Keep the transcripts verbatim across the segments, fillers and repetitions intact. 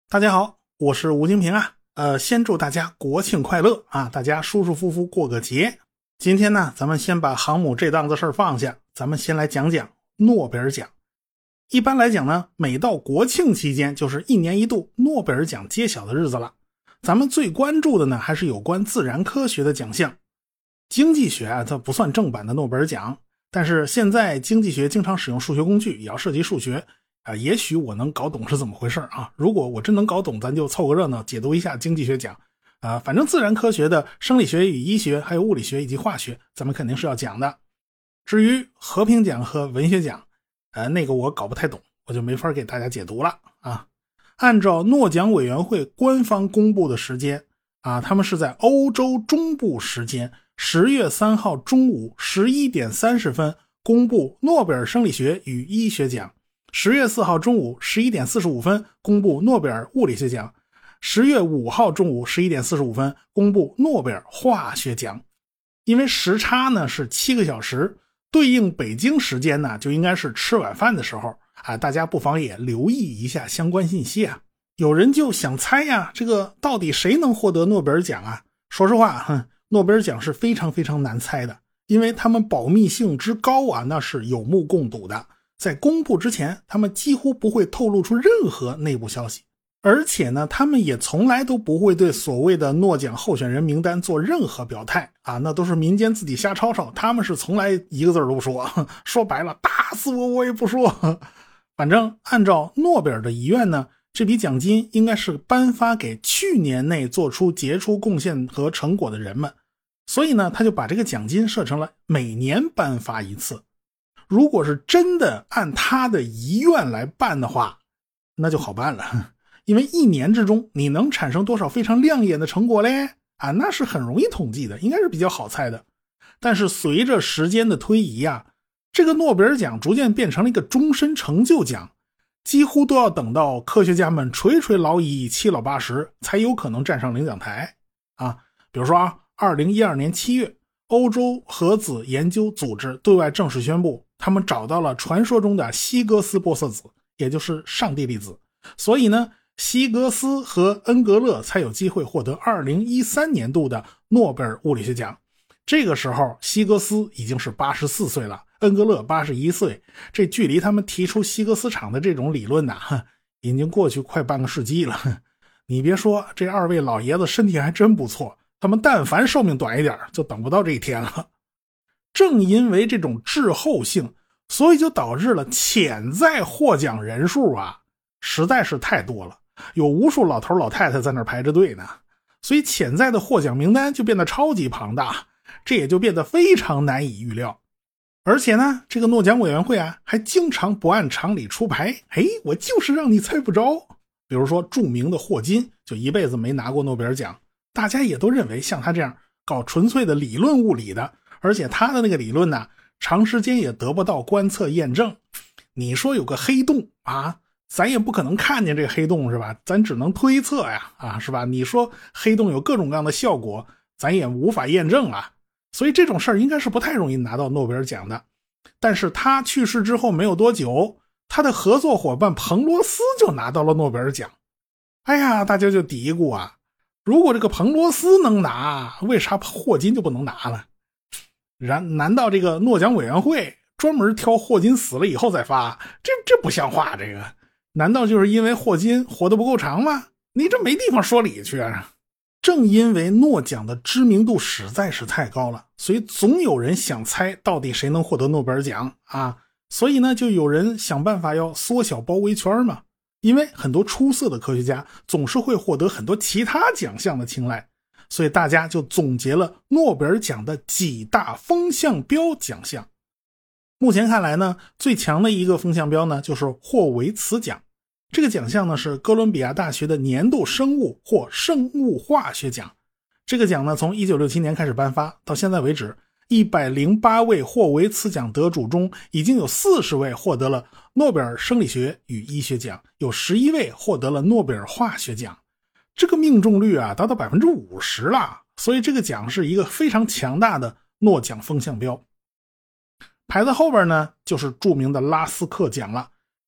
大家好，我是吴金平啊。呃，先祝大家国庆快乐啊！大家舒舒服服过个节。今天呢，咱们先把航母这档子事儿放下，咱们先来讲讲诺贝尔奖。一般来讲呢，每到国庆期间，就是一年一度诺贝尔奖揭晓的日子了。咱们最关注的呢，还是有关自然科学的奖项。经济学啊，它不算正版的诺贝尔奖，但是现在经济学经常使用数学工具，也要涉及数学。啊，也许我能搞懂是怎么回事啊！如果我真能搞懂，咱就凑个热闹解读一下经济学奖啊。反正自然科学的生理学与医学，还有物理学以及化学，咱们肯定是要讲的。至于和平奖和文学奖，呃，那个我搞不太懂，我就没法给大家解读了啊。按照诺奖委员会官方公布的时间啊，他们是在欧洲中部时间十月三号中午十一点三十分公布诺贝尔生理学与医学奖。十月四号中午十一点四十五分公布诺贝尔物理学奖，十月五号中午十一点四十五分公布诺贝尔化学奖。因为时差呢是七个小时，对应北京时间呢就应该是吃晚饭的时候啊，大家不妨也留意一下相关信息啊。有人就想猜呀，这个到底谁能获得诺贝尔奖啊？说实话，哼，诺贝尔奖是非常非常难猜的，因为他们保密性之高啊，那是有目共睹的。在公布之前，他们几乎不会透露出任何内部消息，而且呢，他们也从来都不会对所谓的诺奖候选人名单做任何表态啊，那都是民间自己瞎吵吵，他们是从来一个字都不说，说白了，打死我我也不说。反正按照诺贝尔的遗愿呢，这笔奖金应该是颁发给去年内做出杰出贡献和成果的人们，所以呢，他就把这个奖金设成了每年颁发一次。如果是真的按他的遗愿来办的话，那就好办了，因为一年之中你能产生多少非常亮眼的成果嘞？啊，那是很容易统计的，应该是比较好猜的。但是随着时间的推移啊，这个诺贝尔奖逐渐变成了一个终身成就奖，几乎都要等到科学家们垂垂老矣七老八十才有可能站上领奖台啊。比如说啊，二零一二年七月，欧洲核子研究组织对外正式宣布，他们找到了传说中的希格斯玻色子，也就是上帝粒子。所以呢，希格斯和恩格勒才有机会获得二零一三年度的诺贝尔物理学奖。这个时候希格斯已经是八十四岁了，恩格勒八十一岁，这距离他们提出希格斯场的这种理论呐、啊，已经过去快半个世纪了。你别说，这二位老爷子身体还真不错，他们但凡寿命短一点就等不到这一天了。正因为这种滞后性，所以就导致了潜在获奖人数啊实在是太多了，有无数老头老太太在那儿排着队呢，所以潜在的获奖名单就变得超级庞大，这也就变得非常难以预料。而且呢，这个诺奖委员会啊还经常不按常理出牌，嘿，我就是让你猜不着。比如说著名的霍金就一辈子没拿过诺贝尔奖，大家也都认为像他这样搞纯粹的理论物理的，而且他的那个理论呢，长时间也得不到观测验证。你说有个黑洞啊，咱也不可能看见这个黑洞是吧？咱只能推测呀，啊是吧？你说黑洞有各种各样的效果，咱也无法验证啊。所以这种事儿应该是不太容易拿到诺贝尔奖的。但是他去世之后没有多久，他的合作伙伴彭罗斯就拿到了诺贝尔奖。哎呀，大家就嘀咕啊，如果这个彭罗斯能拿，为啥霍金就不能拿了？然难道这个诺奖委员会专门挑霍金死了以后再发？这这不像话，这个难道就是因为霍金活得不够长吗？你这没地方说理去啊！正因为诺奖的知名度实在是太高了，所以总有人想猜到底谁能获得诺贝尔奖啊！所以呢，就有人想办法要缩小包围圈嘛。因为很多出色的科学家总是会获得很多其他奖项的青睐，所以大家就总结了诺贝尔奖的几大风向标奖项。目前看来呢，最强的一个风向标呢，就是霍维茨奖。这个奖项呢是哥伦比亚大学的年度生物或生物化学奖。这个奖呢从一九六七年开始颁发，到现在为止一百零八位霍维茨奖得主中，已经有四十位获得了诺贝尔生理学与医学奖，有十一位获得了诺贝尔化学奖。这个命中率啊达到 百分之五十 了，所以这个奖是一个非常强大的诺奖风向标。排在后边呢就是著名的拉斯克奖了。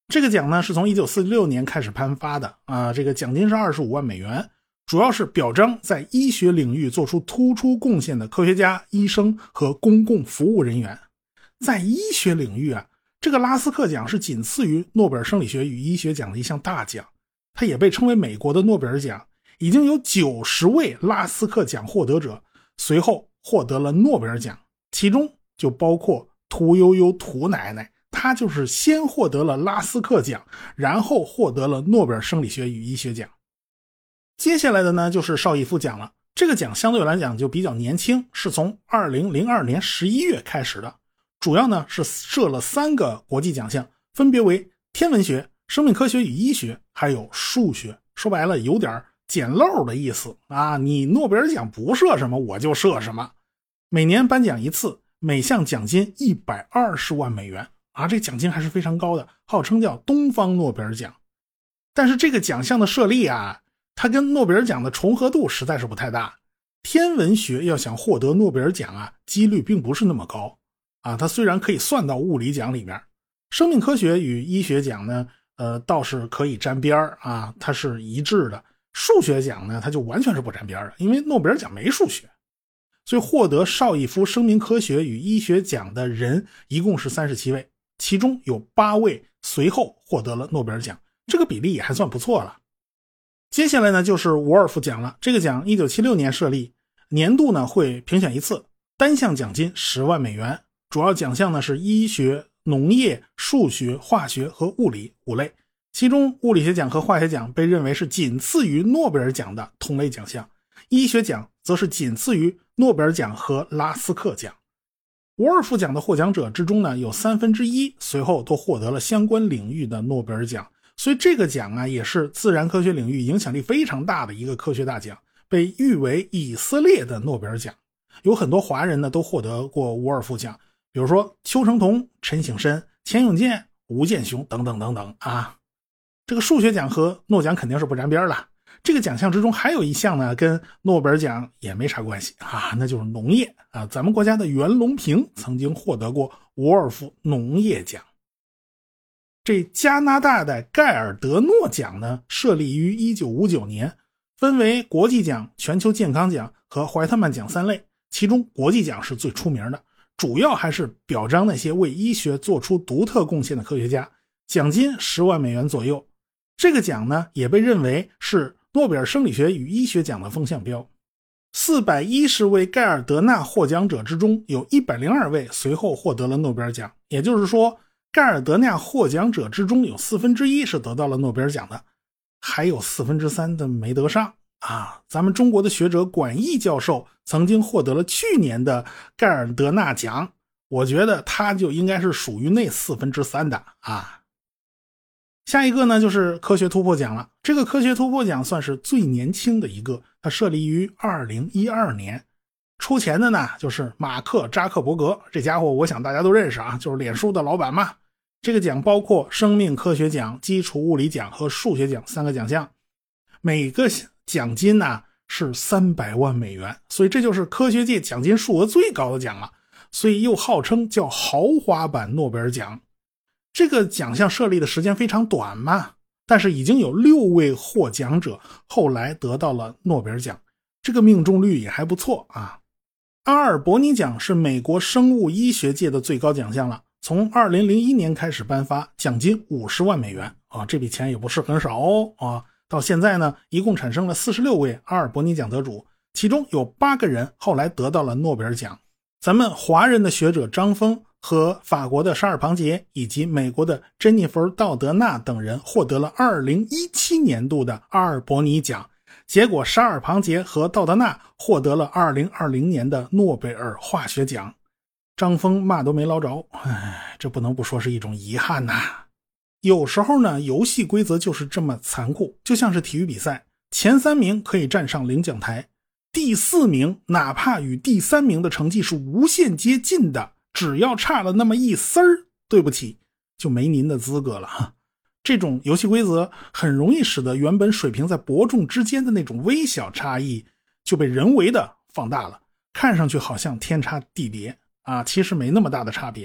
这个奖呢是从一九四六年开始颁发的啊，这个奖金是二十五万美元，主要是表彰在医学领域做出突出贡献的科学家、医生和公共服务人员。在医学领域啊，这个拉斯克奖是仅次于诺贝尔生理学与医学奖的一项大奖，它也被称为美国的诺贝尔奖。已经有九十位拉斯克奖获得者随后获得了诺贝尔奖，其中就包括屠呦呦屠奶奶，她就是先获得了拉斯克奖，然后获得了诺贝尔生理学与医学奖。接下来的呢就是邵逸夫奖了，这个奖相对来讲就比较年轻，是从二零零二年十一月开始的，主要呢是设了三个国际奖项，分别为天文学、生命科学与医学还有数学。说白了有点捡漏的意思啊！你诺贝尔奖不设什么我就设什么。每年颁奖一次，每项奖金一百二十万美元啊，这奖金还是非常高的，号称叫东方诺贝尔奖。但是这个奖项的设立啊，它跟诺贝尔奖的重合度实在是不太大。天文学要想获得诺贝尔奖啊，几率并不是那么高啊，它虽然可以算到物理奖里面。生命科学与医学奖呢，呃，倒是可以沾边啊，它是一致的。数学奖呢，它就完全是不沾边的，因为诺贝尔奖没数学。所以获得邵逸夫生命科学与医学奖的人一共是三十七位，其中有八位随后获得了诺贝尔奖，这个比例也还算不错了。接下来呢就是沃尔夫奖了，这个奖一九七六年设立，年度呢会评选一次，单项奖金十万美元，主要奖项呢是医学、农业、数学、化学和物理五类。其中物理学奖和化学奖被认为是仅次于诺贝尔奖的同类奖项，医学奖则是仅次于诺贝尔奖和拉斯克奖。沃尔夫奖的获奖者之中呢，有三分之一随后都获得了相关领域的诺贝尔奖，所以这个奖啊也是自然科学领域影响力非常大的一个科学大奖，被誉为以色列的诺贝尔奖。有很多华人呢都获得过沃尔夫奖，比如说邱成桐、陈省身、钱永健、吴健雄等等等等啊。这个数学奖和诺奖肯定是不沾边了。这个奖项之中还有一项呢，跟诺贝尔奖也没啥关系啊，那就是农业啊。咱们国家的袁隆平曾经获得过沃尔夫农业奖。这加拿大的盖尔德诺奖呢，设立于一九五九年，分为国际奖、全球健康奖和怀特曼奖三类，其中国际奖是最出名的，主要还是表彰那些为医学做出独特贡献的科学家，奖金十万美元左右。这个奖呢，也被认为是诺贝尔生理学与医学奖的风向标。四百一十位盖尔德纳获奖者之中，有一百零二位随后获得了诺贝尔奖，也就是说，盖尔德纳获奖者之中有四分之一是得到了诺贝尔奖的，还有四分之三的没得上啊。咱们中国的学者管毅教授曾经获得了去年的盖尔德纳奖，我觉得他就应该是属于那四分之三的啊。下一个呢就是科学突破奖了，这个科学突破奖算是最年轻的一个，它设立于二零一二年，出钱的呢就是马克扎克伯格，这家伙我想大家都认识啊，就是脸书的老板嘛。这个奖包括生命科学奖、基础物理奖和数学奖三个奖项，每个奖金呢是三百万美元，所以这就是科学界奖金数额最高的奖了，所以又号称叫豪华版诺贝尔奖。这个奖项设立的时间非常短嘛，但是已经有六位获奖者后来得到了诺贝尔奖，这个命中率也还不错啊。阿尔伯尼奖是美国生物医学界的最高奖项了，从二零零一年开始颁发，奖金五十万美元啊，这笔钱也不是很少哦啊。到现在呢，一共产生了四十六位阿尔伯尼奖得主，其中有八个人后来得到了诺贝尔奖。咱们华人的学者张峰和法国的沙尔庞杰以及美国的珍妮弗·道德纳等人获得了二零一七年度的阿尔伯尼奖，结果沙尔庞杰和道德纳获得了二零二零年的诺贝尔化学奖。张峰嘛都没捞着，唉，这不能不说是一种遗憾呐。有时候呢，游戏规则就是这么残酷，就像是体育比赛，前三名可以站上领奖台，第四名哪怕与第三名的成绩是无限接近的，只要差了那么一丝儿，对不起，就没您的资格了。这种游戏规则很容易使得原本水平在伯仲之间的那种微小差异就被人为的放大了，看上去好像天差地别啊，其实没那么大的差别。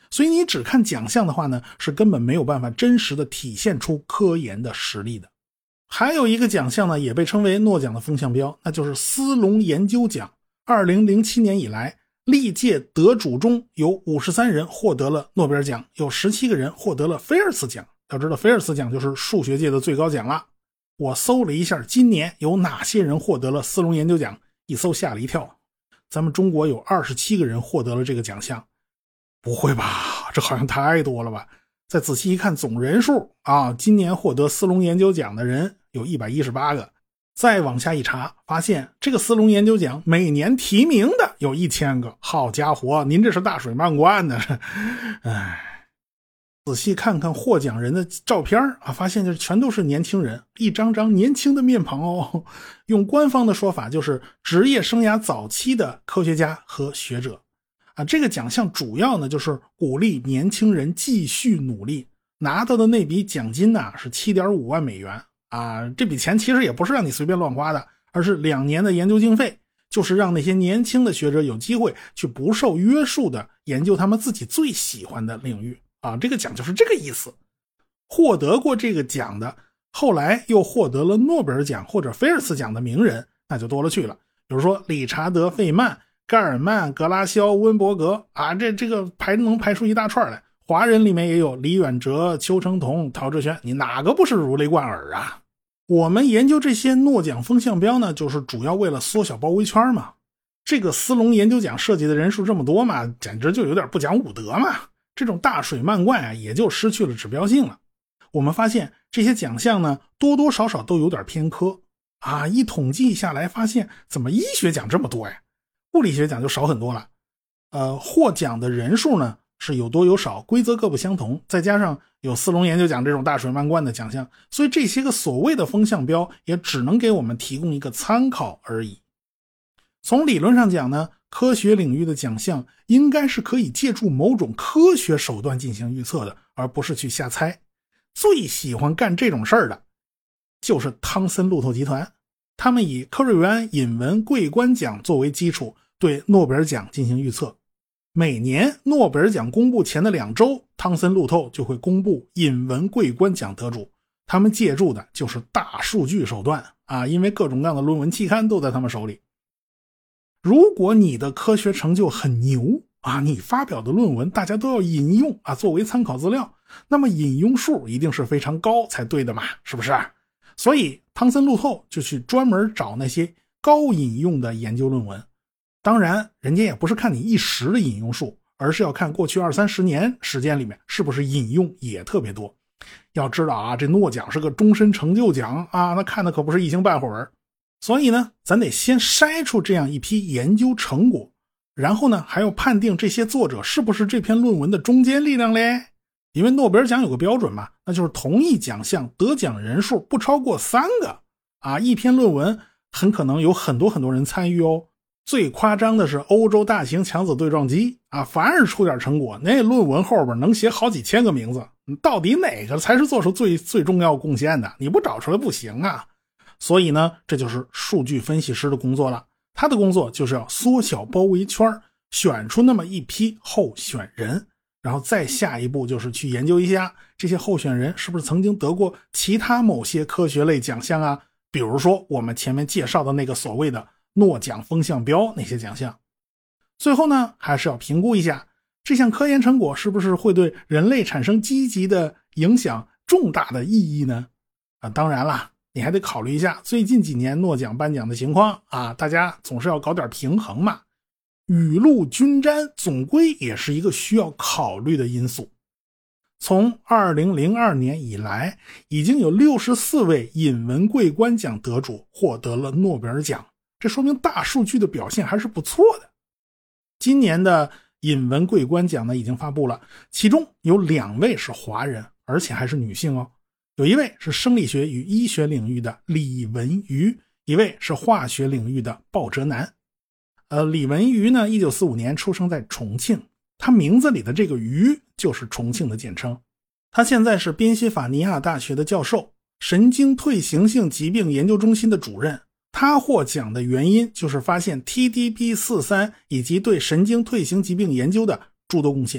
所以你只看奖项的话呢，是根本没有办法真实的体现出科研的实力的。还有一个奖项呢，也被称为诺奖的风向标，那就是斯隆研究奖。二零零七年以来，历届得主中有五十三人获得了诺贝尔奖，有十七个人获得了菲尔茨奖。要知道菲尔茨奖就是数学界的最高奖了。我搜了一下今年有哪些人获得了斯隆研究奖，一搜吓了一跳，咱们中国有二十七个人获得了这个奖项。不会吧，这好像太多了吧。再仔细一看总人数啊，今年获得斯隆研究奖的人有一百一十八个。再往下一查，发现这个斯隆研究奖每年提名的有一千个。好家伙，您这是大水漫灌呢。唉，仔细看看获奖人的照片啊，发现这全都是年轻人，一张张年轻的面庞哦。用官方的说法就是职业生涯早期的科学家和学者啊。这个奖项主要呢就是鼓励年轻人继续努力，拿到的那笔奖金呢是 七点五万美元啊。这笔钱其实也不是让你随便乱花的，而是两年的研究经费，就是让那些年轻的学者有机会去不受约束的研究他们自己最喜欢的领域啊。这个奖就是这个意思。获得过这个奖的，后来又获得了诺贝尔奖或者菲尔茨奖的名人那就多了去了，比如说理查德·费曼、盖尔曼、格拉肖、温伯格啊，这这个排能排出一大串来。华人里面也有李远哲、邱成桐、陶志轩，你哪个不是如雷贯耳啊？我们研究这些诺奖风向标呢，就是主要为了缩小包围圈嘛。这个斯隆研究奖设计的人数这么多嘛，简直就有点不讲武德嘛。这种大水漫灌啊，也就失去了指标性了。我们发现这些奖项呢，多多少少都有点偏科啊。一统计下来发现，怎么医学奖这么多呀？物理学奖就少很多了。呃，获奖的人数呢是有多有少，规则各不相同，再加上有斯隆研究奖这种大水漫灌的奖项，所以这些个所谓的风向标也只能给我们提供一个参考而已。从理论上讲呢，科学领域的奖项应该是可以借助某种科学手段进行预测的，而不是去瞎猜。最喜欢干这种事儿的就是汤森路透集团，他们以科瑞园引文桂冠奖作为基础，对诺贝尔奖进行预测。每年诺贝尔奖公布前的两周，汤森路透就会公布引文桂冠奖得主，他们借助的就是大数据手段啊，因为各种各样的论文期刊都在他们手里。如果你的科学成就很牛啊，你发表的论文大家都要引用啊，作为参考资料，那么引用数一定是非常高才对的嘛，是不是？所以汤森路透就去专门找那些高引用的研究论文。当然人家也不是看你一时的引用数，而是要看过去二三十年时间里面是不是引用也特别多。要知道啊，这诺奖是个终身成就奖啊，那看的可不是一星半会儿。所以呢，咱得先筛出这样一批研究成果，然后呢还要判定这些作者是不是这篇论文的中坚力量嘞。因为诺贝尔奖有个标准嘛，那就是同一奖项得奖人数不超过三个啊，一篇论文很可能有很多很多人参与哦。最夸张的是欧洲大型强子对撞机啊，凡是出点成果，那论文后边能写好几千个名字，到底哪个才是做出最最重要贡献的？你不找出来不行啊。所以呢，这就是数据分析师的工作了。他的工作就是要缩小包围圈，选出那么一批候选人，然后再下一步就是去研究一下这些候选人是不是曾经得过其他某些科学类奖项啊，比如说我们前面介绍的那个所谓的诺奖风向标那些奖项。最后呢，还是要评估一下这项科研成果是不是会对人类产生积极的影响、重大的意义呢？啊，当然啦，你还得考虑一下最近几年诺奖颁奖的情况啊，大家总是要搞点平衡嘛。雨露均沾总归也是一个需要考虑的因素。从二零零二年以来，已经有六十四位引文桂冠奖得主获得了诺贝尔奖，这说明大数据的表现还是不错的。今年的引文桂冠奖呢已经发布了，其中有两位是华人，而且还是女性哦。有一位是生理学与医学领域的李文瑜，一位是化学领域的鲍哲南。呃，李文瑜呢一九四五年出生在重庆，他名字里的这个瑜就是重庆的简称。他现在是宾夕法尼亚大学的教授，神经退行性疾病研究中心的主任。他获奖的原因就是发现 T D P 四十三 以及对神经退行疾病研究的诸多贡献。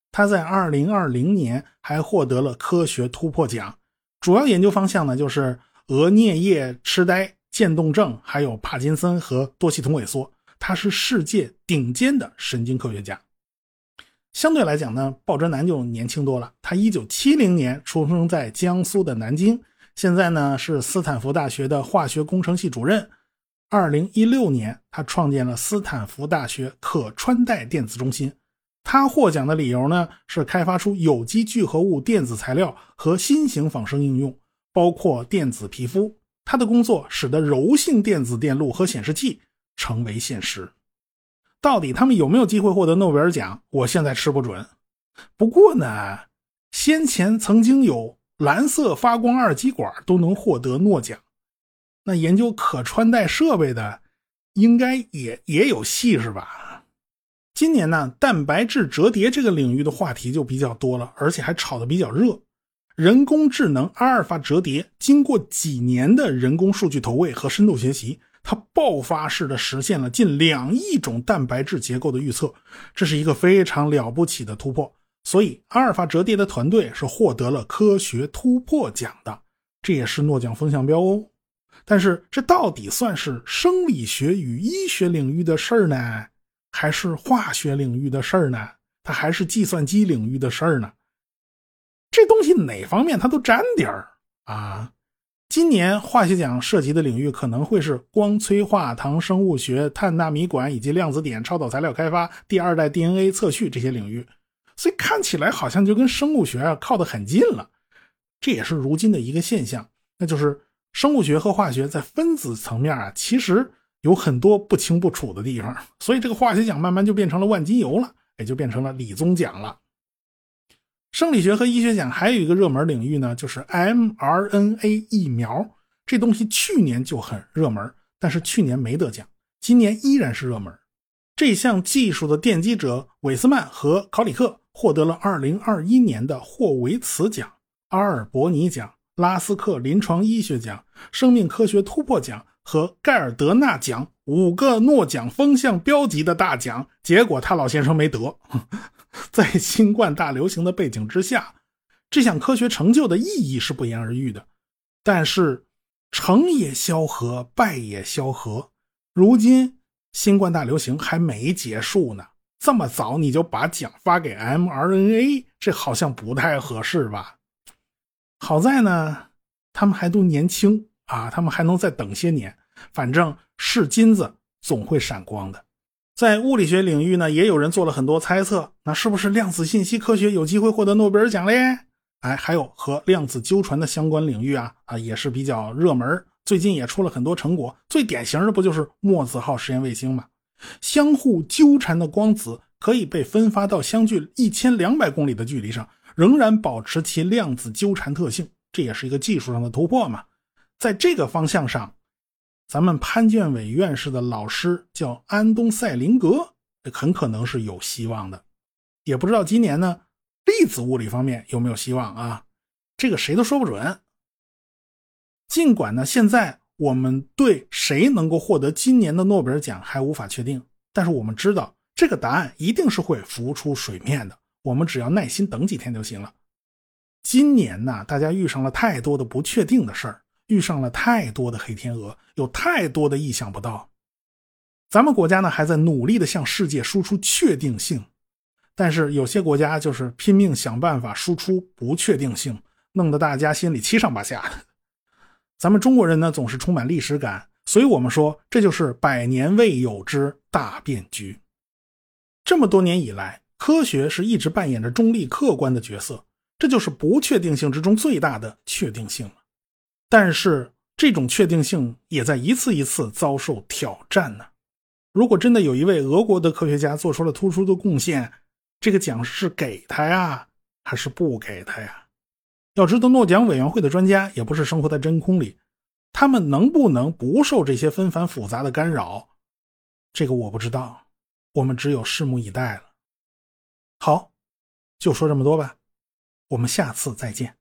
他在二零二零年还获得了科学突破奖，主要研究方向呢就是额颞叶痴呆、渐冻症，还有帕金森和多系统萎缩。他是世界顶尖的神经科学家。相对来讲呢，鲍哲南就年轻多了，他一九七零年出生在江苏的南京，现在呢是斯坦福大学的化学工程系主任。二零一六年他创建了斯坦福大学可穿戴电子中心。他获奖的理由呢是开发出有机聚合物电子材料和新型仿生应用，包括电子皮肤。他的工作使得柔性电子电路和显示器成为现实。到底他们有没有机会获得诺贝尔奖，我现在吃不准。不过呢，先前曾经有蓝色发光二极管都能获得诺奖，那研究可穿戴设备的应该也也有戏是吧？今年呢，蛋白质折叠这个领域的话题就比较多了，而且还炒得比较热。人工智能阿尔法折叠经过几年的人工数据投喂和深度学习，它爆发式的实现了近两亿种蛋白质结构的预测，这是一个非常了不起的突破。所以阿尔法折叠的团队是获得了科学突破奖的，这也是诺奖风向标哦。但是这到底算是生理学与医学领域的事儿呢，还是化学领域的事儿呢？它还是计算机领域的事儿呢？这东西哪方面它都沾点儿啊。今年化学奖涉及的领域可能会是光催化、糖生物学、碳纳米管以及量子点、超导材料开发、第二代 D N A 测序这些领域，所以看起来好像就跟生物学啊靠得很近了。这也是如今的一个现象，那就是生物学和化学在分子层面啊，其实有很多不清不楚的地方，所以这个化学奖慢慢就变成了万金油了，也就变成了理综奖了。生理学和医学奖还有一个热门领域呢，就是 M R N A 疫苗。这东西去年就很热门，但是去年没得奖，今年依然是热门。这项技术的奠基者韦斯曼和考里克获得了二零二一年的霍维茨奖、阿尔伯尼奖、拉斯克临床医学奖、生命科学突破奖和盖尔德纳奖，五个诺奖风向标级的大奖，结果他老先生没得。在新冠大流行的背景之下，这项科学成就的意义是不言而喻的。但是成也萧何，败也萧何，如今新冠大流行还没结束呢，这么早你就把奖发给 M R N A， 这好像不太合适吧。好在呢他们还都年轻啊，他们还能再等些年，反正是金子总会闪光的。在物理学领域呢，也有人做了很多猜测，那是不是量子信息科学有机会获得诺贝尔奖嘞？哎，还有和量子纠缠的相关领域啊啊也是比较热门，最近也出了很多成果，最典型的不就是墨子号实验卫星吗？相互纠缠的光子可以被分发到相距一千两百公里的距离上，仍然保持其量子纠缠特性，这也是一个技术上的突破嘛。在这个方向上，咱们潘建伟院士的老师叫安东塞林格，很可能是有希望的。也不知道今年呢粒子物理方面有没有希望啊？这个谁都说不准。尽管呢现在我们对谁能够获得今年的诺贝尔奖还无法确定，但是我们知道这个答案一定是会浮出水面的，我们只要耐心等几天就行了。今年呢大家遇上了太多的不确定的事儿，遇上了太多的黑天鹅，有太多的意想不到。咱们国家呢还在努力的向世界输出确定性，但是有些国家就是拼命想办法输出不确定性，弄得大家心里七上八下的。咱们中国人呢总是充满历史感，所以我们说这就是百年未有之大变局。这么多年以来，科学是一直扮演着中立客观的角色，这就是不确定性之中最大的确定性了。但是这种确定性也在一次一次遭受挑战呢。如果真的有一位俄国的科学家做出了突出的贡献，这个奖是给他呀，还是不给他呀？要知道诺奖委员会的专家也不是生活在真空里，他们能不能不受这些纷繁复杂的干扰，这个我不知道，我们只有拭目以待了。好，就说这么多吧，我们下次再见。